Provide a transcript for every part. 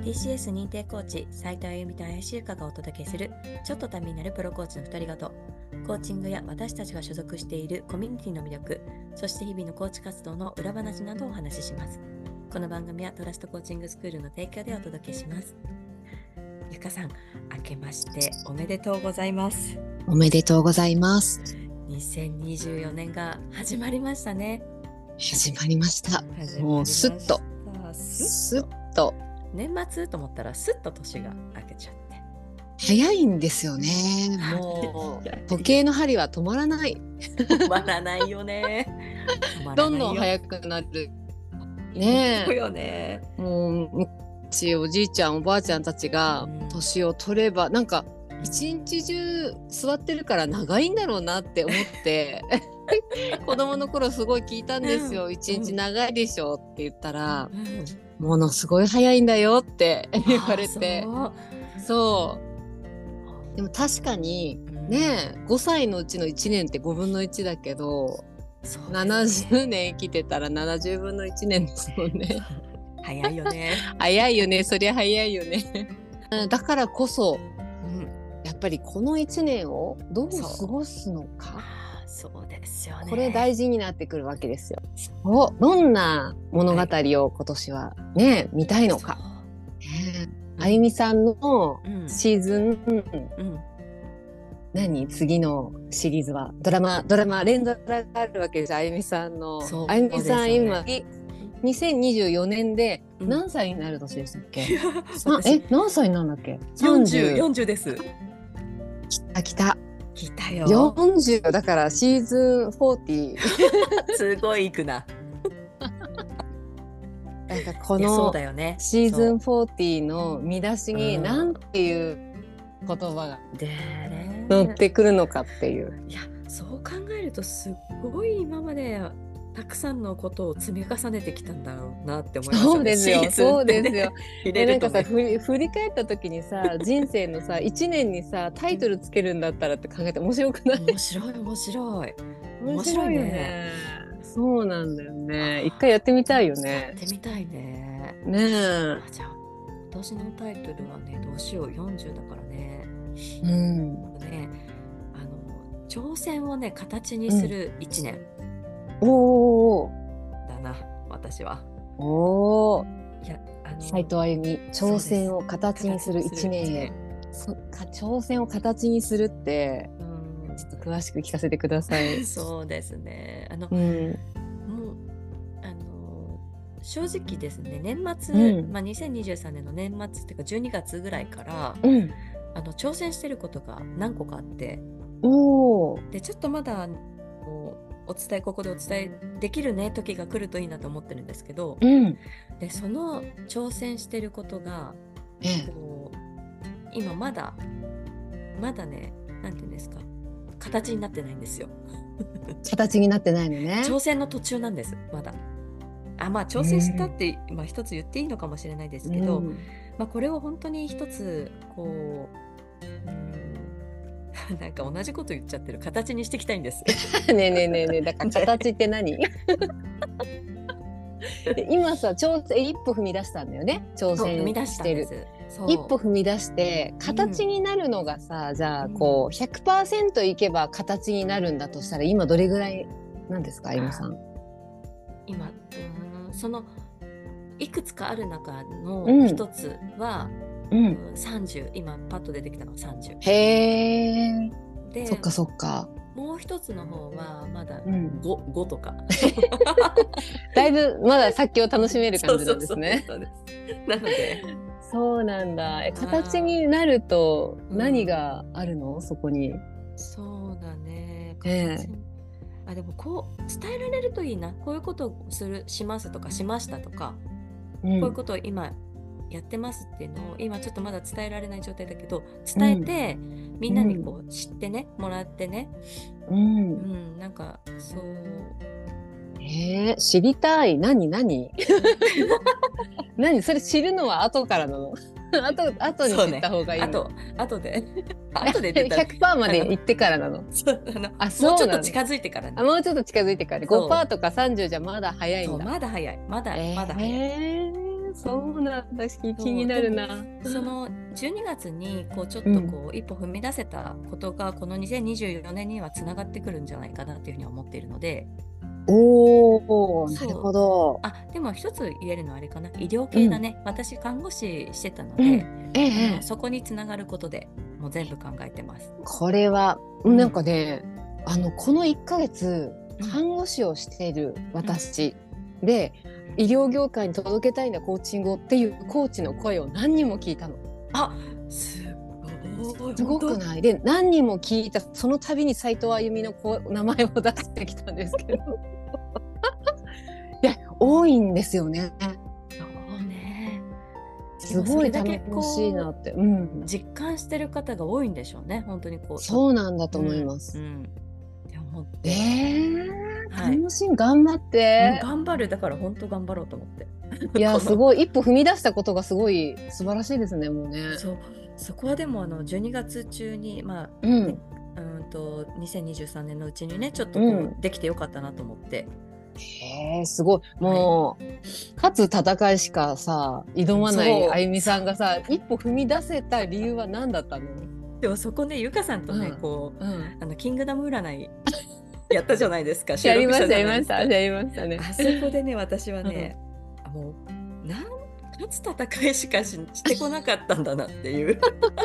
TCS 認定コーチ斉藤あゆみと林優香がお届けするちょっとためになるプロコーチの2人ごと。コーチングや私たちが所属しているコミュニティの魅力、そして日々のコーチ活動の裏話などをお話しします。この番組はトラストコーチングスクールの提供でお届けします。ゆかさん、明けましておめでとうございます。 おめでとうございます。 2024年が始まりましたね。 始まりました。もうスッと年末と思ったらスッと年が明けちゃって早いんですよね。もう時計の針は止まらない止まらないよねどんどん早くなるね。 そうよね。 もう昔おじいちゃんおばあちゃんたちが年を取ればなんか一日中座ってるから長いんだろうなって思って子供の頃すごい聞いたんですよ。一日長いでしょって言ったら、ものすごい早いんだよって言われて、そうでも確かにね、5歳のうちの1年って5分の1だけど、70年生きてたら70分の1年ですもんね早いよね早いよね。そりゃ早いよねだからこそ、やっぱりこの1年をどう過ごすのか、 そうですよね。 これ大事になってくるわけですよ。どんな物語を今年はね、見たいのか。あゆみさんのシーズン、次のシリーズはドラマ連続があるわけです。あゆみさんの。あゆみさん今2024年で何歳になる年でしたっけ？何歳なんだっけ ？40です。 来たよ。40だからシーズン40 すごいいくななんかこのシーズン40の見出しに何ていう言葉が載ってくるのかっていう。 いや、そう考えるとすごい今までたくさんのことを積み重ねてきたんだろうなって思いますよね。 そうですよ、そうですよなんかさ、振り返った時にさ、人生のさ1年にさタイトルつけるんだったらって考えて面白くない？ 面白いね。 そうなんだよね。一回やってみたいよね。 やってみたいね。 ねえ。 じゃあ今年のタイトルはね、どうしよう。40だからね。挑戦をね形にする1年。だな、私は。 斉藤あゆみ、挑戦を形にする1年へ。挑戦を形にするって、ちょっと詳しく聞かせてください。 そうですね。もう正直ですね、年末、2023年の年末っていうか12月ぐらいから、挑戦してることが何個かあって、でちょっとまだここでお伝えできるね時が来るといいなと思ってるんですけど、でその挑戦してることが、今まだね、なんていうんですか、形になってないんですよ形になってないのね。 挑戦の途中なんです、まだ。挑戦したって、一つ言っていいのかもしれないですけど、これを本当に一つなんか同じこと言っちゃってる、形にしていきたいんですねえだから形って何今さ一歩踏み出したんだよね。挑戦してる。一歩踏み出して形になるのがさ、じゃあ100% いけば形になるんだとしたら今どれぐらいなんですか、あゆみさん。今そのいくつかある中の一つは、30、今パッと出てきたのが30。 へー。でそっか。 もう一つの方はまだ 5とかだいぶまだ先を楽しめる感じなんですね。 そうです。なのでそうなんだ。形になると何があるの、そこに。 そうだね。でも伝えられるといいな。こういうことをしますとかしましたとか、こういうことを今やってますっていうのを今ちょっとまだ伝えられない状態だけど、伝えて、みんなに知ってね、もらってね、なんかそう知りたい。何何それ知るのは後からなの？後に知った方がいいの？ 後で 100% まで行ってからなの？ もうちょっと近づいてからね。 もうちょっと近づいてから 5% とか30じゃまだ早いんだ。 まだ早い。まだ早い。 そうなんだ、気になるな。 その12月にこうちょっとこう一歩踏み出せたことがこの2024年にはつながってくるんじゃないかなっていうふうに思っているので。 おー、なるほど。 でも一つ言えるのはあれかな、医療系だね、私看護師してたので、そこにつながることでもう全部考えてます。 これはなんかね、この1ヶ月看護師をしている私で、医療業界に届けたいんだコーチングをっていうコーチの声を何人も聞いたの。すごくない？で何人も聞いたその度に斉藤あゆみの名前を出してきたんですけどいや多いんですよね。 そうね。 すごい楽しいなって、 実感してる方が多いんでしょうね。本当にこう。 そうなんだと思います。 って思って。 楽しい、頑張って、 頑張る。だから本当頑張ろうと思って。 いやすごい一歩踏み出したことがすごい素晴らしいですね。もうね。 そこはでも12月中に2023年のうちにねちょっとこう、できてよかったなと思って。 すごいもう、勝つ戦いしかさ挑まないあゆみさんがさ一歩踏み出せた理由は何だったの？ でもそこねゆかさんとね、こうキングダム占いやったじゃないですか。 やりましたね。 あそこでね私はね、もう勝つ戦いしかしてこなかったんだなっていう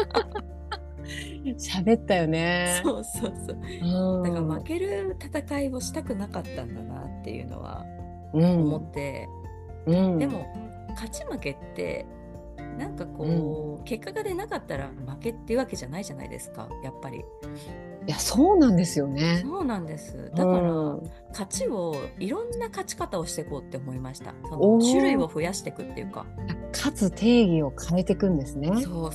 喋ったよね。 そうだから負ける戦いをしたくなかったんだなっていうのは思って、でも勝ち負けってなんかこう、結果が出なかったら負けっていうわけじゃないじゃないですか、やっぱり。 いやそうなんですよね。 そうなんです。だから勝ちをいろんな勝ち方をしていこうって思いました。その種類を増やしていくっていうか。 勝つ定義を変えていくんですね。 そう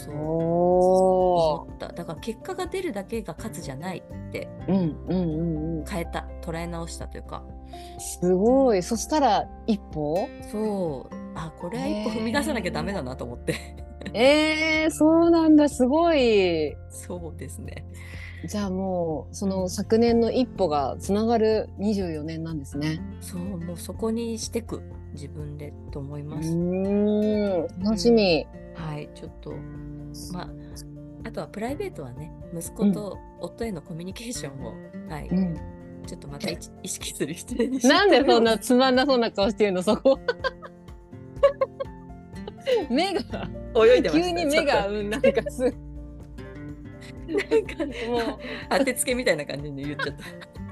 思った。だから結果が出るだけが勝つじゃないって変えた、捉え直したというか。 すごい。そしたら一歩？ これは一歩踏み出さなきゃダメだなと思ってそうなんだ、すごい。 そうですね。 じゃあもうその昨年の一歩がつながる24年なんですね。 もうそこにしてく自分でと思います。 楽しみ。 ちょっとあとはプライベートはね息子と夫へのコミュニケーションをちょっとまた意識する必要にしてなんでそんなつまんなそうな顔してるのそこ目が泳いでました。 急に目がなんかなんかもう当てつけみたいな感じで言っちゃった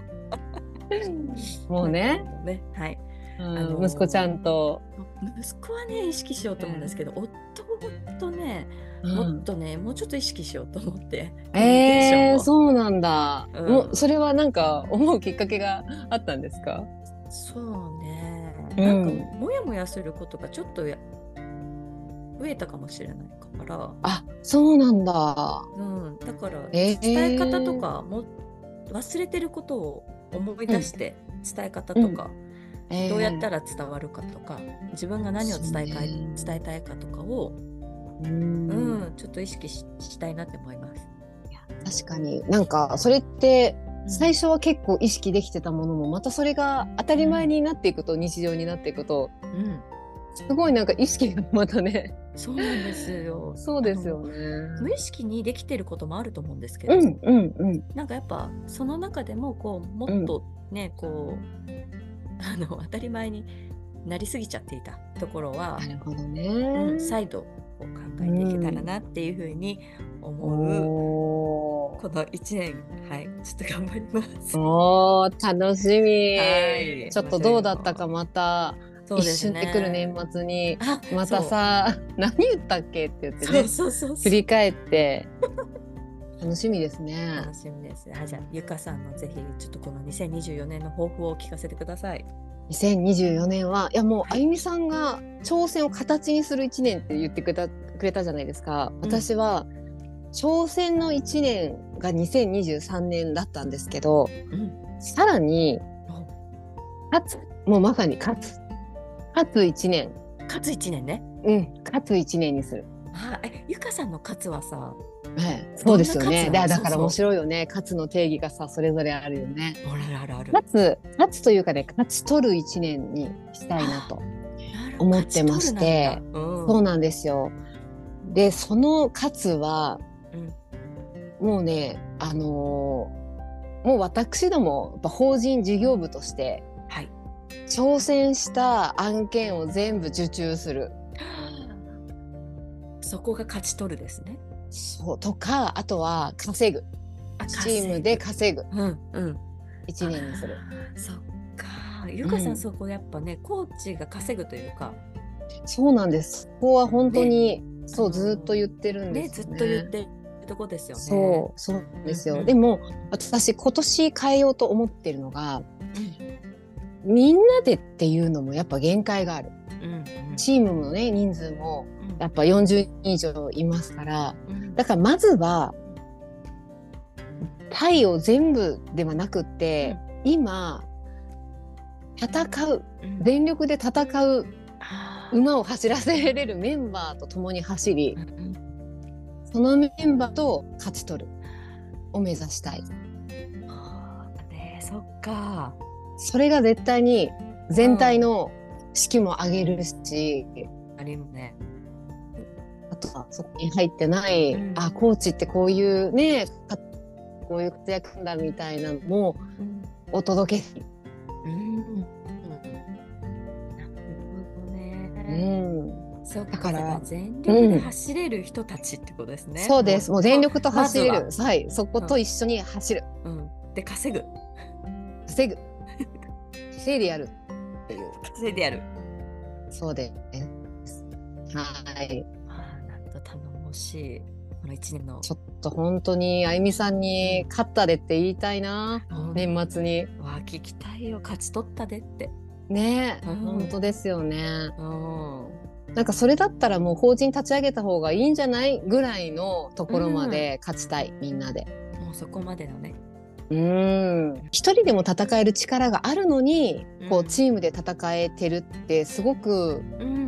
もうね息子ちゃんと息子はね意識しようと思うんですけど、夫とねもっとねもうちょっと意識しようと思って。 そうなんだ。もうそれはなんか思うきっかけがあったんですか？ そうね、なんかモヤモヤすることがちょっと増えたかもしれないから。 そうなんだ。 だから伝え方とかも忘れてることを思い出して伝え方とか、どうやったら伝わるかとか自分が何を伝えたいかとかをちょっと意識したいなって思います。 確かになんかそれって最初は結構意識できてたものもまたそれが当たり前になっていくと、日常になっていくと、すごいなんか意識がまたね。 そうなんですよ。 そうですよね。 無意識にできてることもあると思うんですけど、なんかやっぱその中でもこうもっとね、こう当たり前になりすぎちゃっていたところは、 なるほどね、 再度考えていけたらなっていうふうに思う、この1年ちょっと頑張ります。 楽しみ、ちょっとどうだったかまた一瞬で来る年末にまたさ何言ったっけって言ってね振り返って楽しみですね。 楽しみです。じゃあゆかさんのぜひちょっとこの2024年の抱負を聞かせてください。 2024年はいやもうあゆみさんが挑戦を形にする1年って言ってくれたじゃないですか。私は挑戦の1年が2023年だったんですけど、さらにもうまさに勝つ1年。 勝つ1年ね。 勝つ1年にする。 ゆかさんの勝つはさ、 そうですよね。だから面白いよね。勝つの定義がさそれぞれあるよね。 ある。 勝つというかね、勝ち取る1年にしたいなと。 なる思ってまして、そうなんですよ。でその勝つは、もうねもう私どもやっぱ法人事業部として、 はい、 挑戦した案件を全部受注する。 そこが勝ち取るですね。 そうとか、あとは稼ぐ。チームで稼ぐ。1年にする。 そっか。ゆかさん、そこやっぱね、コーチが稼ぐというか。 そうなんです。そこは本当に、そうずっと言ってるんですよね。 ずっと言ってるとこですよね。 そうですよ。でも私今年変えようと思ってるのが、みんなでっていうのもやっぱ限界がある。チームのね人数もやっぱ40人以上いますから、だからまずは対を全部ではなくって、今戦う、全力で戦う馬を走らせれるメンバーと共に走り、そのメンバーと勝ち取るを目指したい。 そっか。 それが絶対に全体の士気も上げるし、 あれもね。 あとはそこに入ってない、コーチってこういうね、こういう活躍なんだみたいなのもお届け。なるほどね。そうだから全力で走れる人たちってことですね。 そうです。もう全力と走れる。はい、そこと一緒に走る。 で稼ぐ。 稼いでやるっていう。 稼いでやる。 そうです。はい。 なんと頼もしい。この1年の。 ちょっと本当にあゆみさんに勝ったでって言いたいな、年末に。 聞きたいよ、勝ち取ったでって。 ね、本当ですよね。なんかそれだったらもう法人立ち上げた方がいいんじゃないぐらいのところまで勝ちたい、みんなで。 もうそこまでのね。 一人でも戦える力があるのに、こうチームで戦えてるってすごく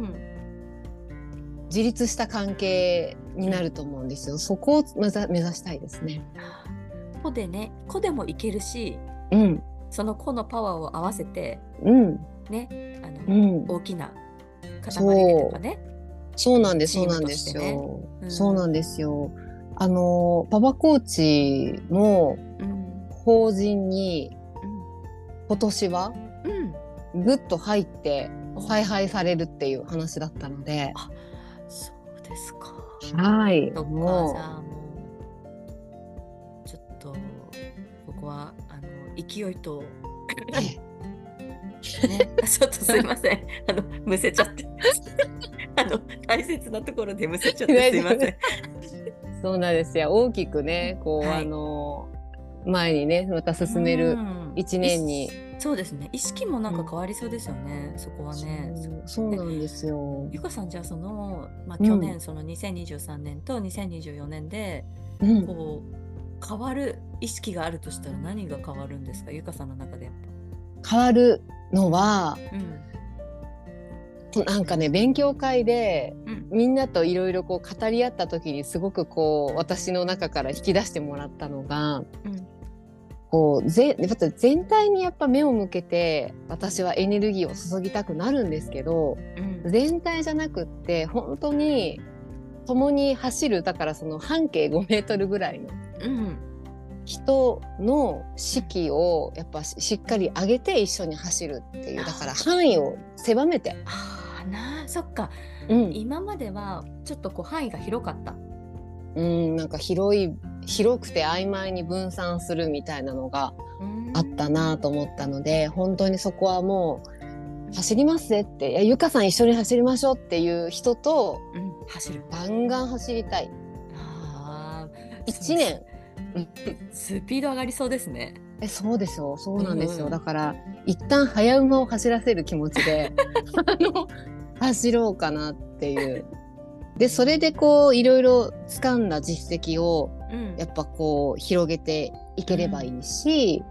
自立した関係になると思うんですよ。そこを目指したいですね。 個でね、個でもいけるし、その個のパワーを合わせて、ね、大きな塊でとかね。 そうなんです、そうなんですよ。そうなんですよ。パパコーチも法人に今年はぐっと入って采配されるっていう話だったので。 そうですか。 はい。 もうじゃあもうちょっとここは勢いとね、ちょっとすいません、むせちゃって大切なところでむせちゃってすいません。 そうなんですよ。大きくね、こう、前にねまた進める1年に。 そうですね。意識もなんか変わりそうですよね。そこはね。 そうなんですよ。 ゆかさん、じゃあその去年その2023年と2024年でこう変わる意識があるとしたら何が変わるんですか？ゆかさんの中でやっぱ変わるのは、なんかね、勉強会でみんなといろいろこう語り合った時にすごくこう私の中から引き出してもらったのが、こう全体にやっぱ目を向けて私はエネルギーを注ぎたくなるんですけど、全体じゃなくって本当に共に走る、だからその半径5メートルぐらいの人の士気をやっぱしっかり上げて一緒に走るっていう、だから範囲を狭めて。 そっか、今まではちょっとこう範囲が広かった。 なんか広くて曖昧に分散するみたいなのがあったなと思ったので、本当にそこはもう走りますぜって、ゆかさん一緒に走りましょうっていう人と、 走る、 ガンガン走りたい。1年スピード上がりそうですね。 そうですよ、そうなんですよ。だから一旦早馬を走らせる気持ちで走ろうかなっていう。でそれでこういろいろ掴んだ実績をやっぱこう広げていければいいし、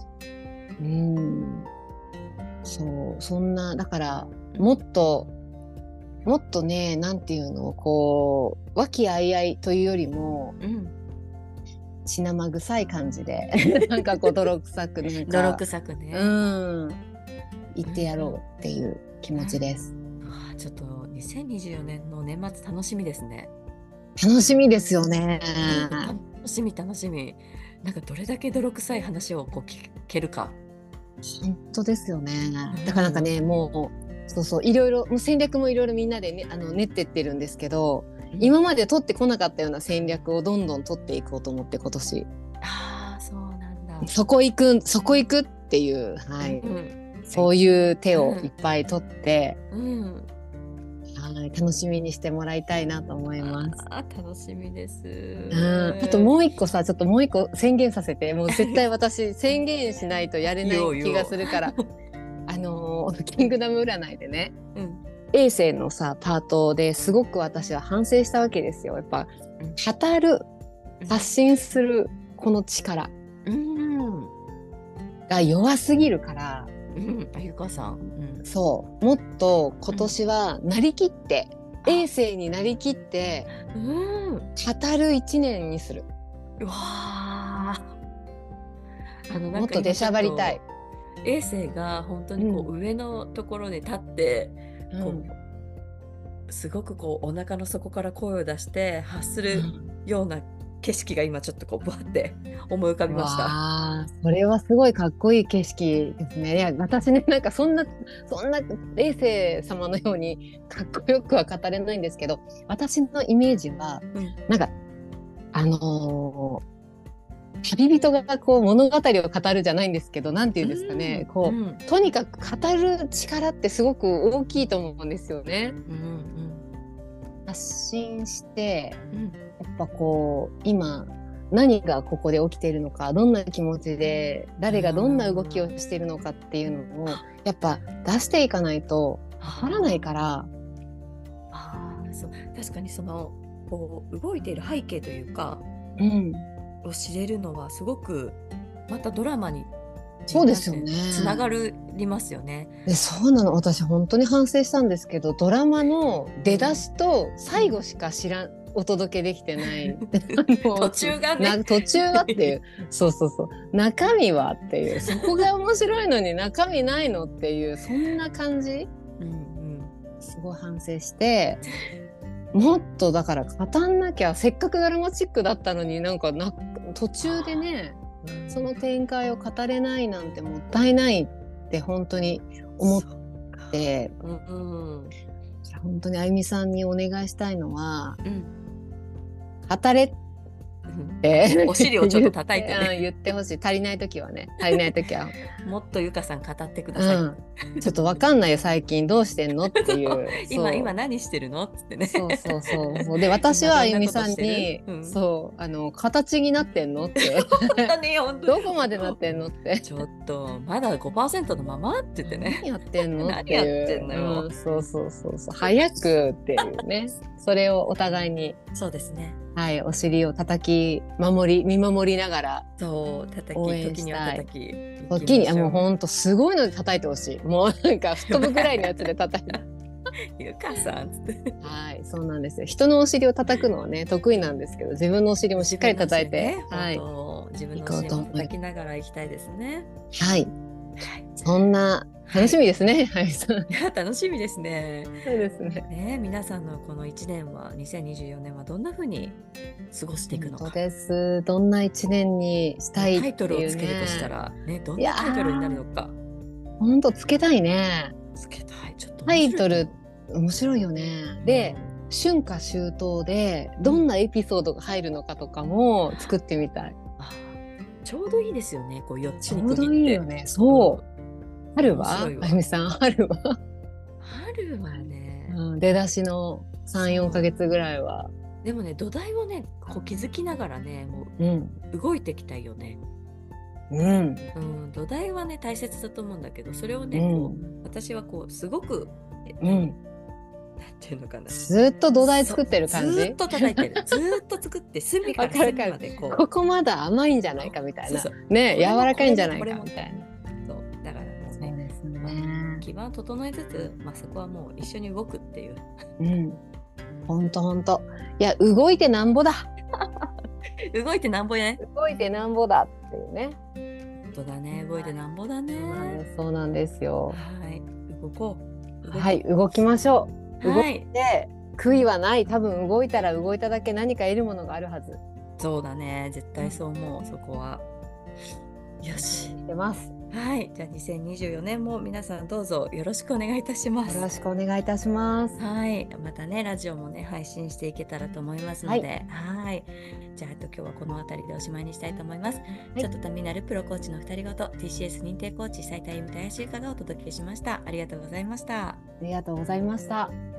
そんな、だからもっとね、なんていうの、こう和気あいあいというよりも、血生臭い感じでなんかこう泥臭く泥臭くね、 言ってやろうっていう気持ちです。 ちょっと2024年の年末楽しみですね。 楽しみですよね。 楽しみ楽しみ。なんかどれだけ泥臭い話をこう聞けるか。 本当ですよね。だからなんかね、もうそうそういろいろもう戦略もいろいろみんなで、ね、練ってってるんですけど、今まで取ってこなかったような戦略をどんどん取っていこうと思って今年。 ああ、そうなんだ。 そこ行くっていう、はい、そういう手をいっぱい取って、はい、楽しみにしてもらいたいなと思います。 楽しみです。 あともう一個さ、ちょっともう一個宣言させて、もう絶対私宣言しないとやれない気がするからキングダム占いでね、衛星のさパートですごく私は反省したわけですよ。やっぱ語る、発信するこの力が弱すぎるから、 ゆかさん、 そうもっと今年はなりきって、衛星になりきって、語る一年にする。 うわもっと出しゃばりたい。 衛星が本当にこう上のところに立って、すごくこうお腹の底から声を出して発するような景色が今ちょっとこうバーって思い浮かびました。 それはすごいかっこいい景色ですね。いや私ね、なんかそんな衛星様のようにかっこよくは語れないんですけど、私のイメージは、なんか旅人がこう物語を語るじゃないんですけど、なんていうんですかね、こう、とにかく語る力ってすごく大きいと思うんですよね。発信して、やっぱこう今何がここで起きているのか、どんな気持ちで誰がどんな動きをしているのかっていうのをやっぱ出していかないとわからないから。 そう確かにそのこう動いている背景というか、を知れるのはすごくまたドラマにそうですよね、 つながりますよね。 そうなの。私本当に反省したんですけど、ドラマの出だしと最後しかお届けできてない途中がね途中はっていうそう中身はっていう、そこが面白いのに中身ないのっていう、そんな感じ、すごい反省して、もっとだから語んなきゃ、せっかくドラマチックだったのに途中でね、その展開を語れないなんてもったいないって本当に思って、本当にあゆみさんにお願いしたいのは、語れってお尻をちょっと叩いてね言ってほしい。足りない時はもっとゆかさん語ってください、ちょっとわかんないよ最近どうしてんのっていう今何してるのっつってね。 そうで、私はあゆみさんに形になってんのってどこまでなってんのってちょっとまだ 5% のままって言ってね、 何やってんのって何やってんのよ、 早くっていうねそれをお互いに、 そうですね、 はい、お尻を叩き見守りながら、 時には叩き、 時にもうほんとすごいので叩いてほしい。もうなんか吹っ飛ぶぐらいのやつで叩いてゆかさんつってはい、そうなんですよ。人のお尻を叩くのはね得意なんですけど、自分のお尻もしっかり叩いて、 自分のお尻を叩きながら行きたいですね。 はい、そんな楽しみですね。はい、 楽しみですね。 そうですね。 皆さんのこの1年は、2024年はどんな風に過ごしていくのか。 本当です。どんな1年にしたいっていうね。 タイトルをつけるとしたら、どんなタイトルになるのか。 本当つけたいね。 つけたい。ちょっとタイトル面白いよね。で、春夏秋冬でどんなエピソードが入るのかとかも作ってみたい。 ちょうどいいですよね。こう4つに区切って。ちょうどいいよね。そう。春はあゆみさん、春はね、出だしの 3,4 ヶ月ぐらいは。 でもね、土台をねこう気づきながらね、もう動いていきたいよね。土台はね大切だと思うんだけど、それをね、こう私はこうすごくなんていうのかな、 ずっと土台作ってる感じ。 ずっと叩いてるずっと作って隅から隅までここまだ甘いんじゃないかみたいなね、柔らかいんじゃないかみたいな。 だからですね、基盤を整えつつ、そこはもう一緒に動くっていう。 ほんといや、動いてなんぼだ動いてなんぼやね。 動いてなんぼだっていうね。 本当だね、動いてなんぼだね。 そうなんですよ。 はい、動こう。 はい、動きましょう。動はいい。 て悔いはない。多分動いたら動いただけ何か得るものがあるはず。 そうだね。絶対そう思う、そこは。よし。 してます。 はい。じゃあ2024年も皆さんどうぞよろしくお願いいたしまよろす。 しくお願いいたします。 はい。またね、ラジオもね、配信していけたらと思いますので、はい。じゃあ、今日はこの辺りでおしまいにしたいと思います。 いちょっとためになるプロコーチの2人ごと、TCS 認定コーチ、斉田由美と林由香がお届けしました。ありがとうございました。 ありがとうございました。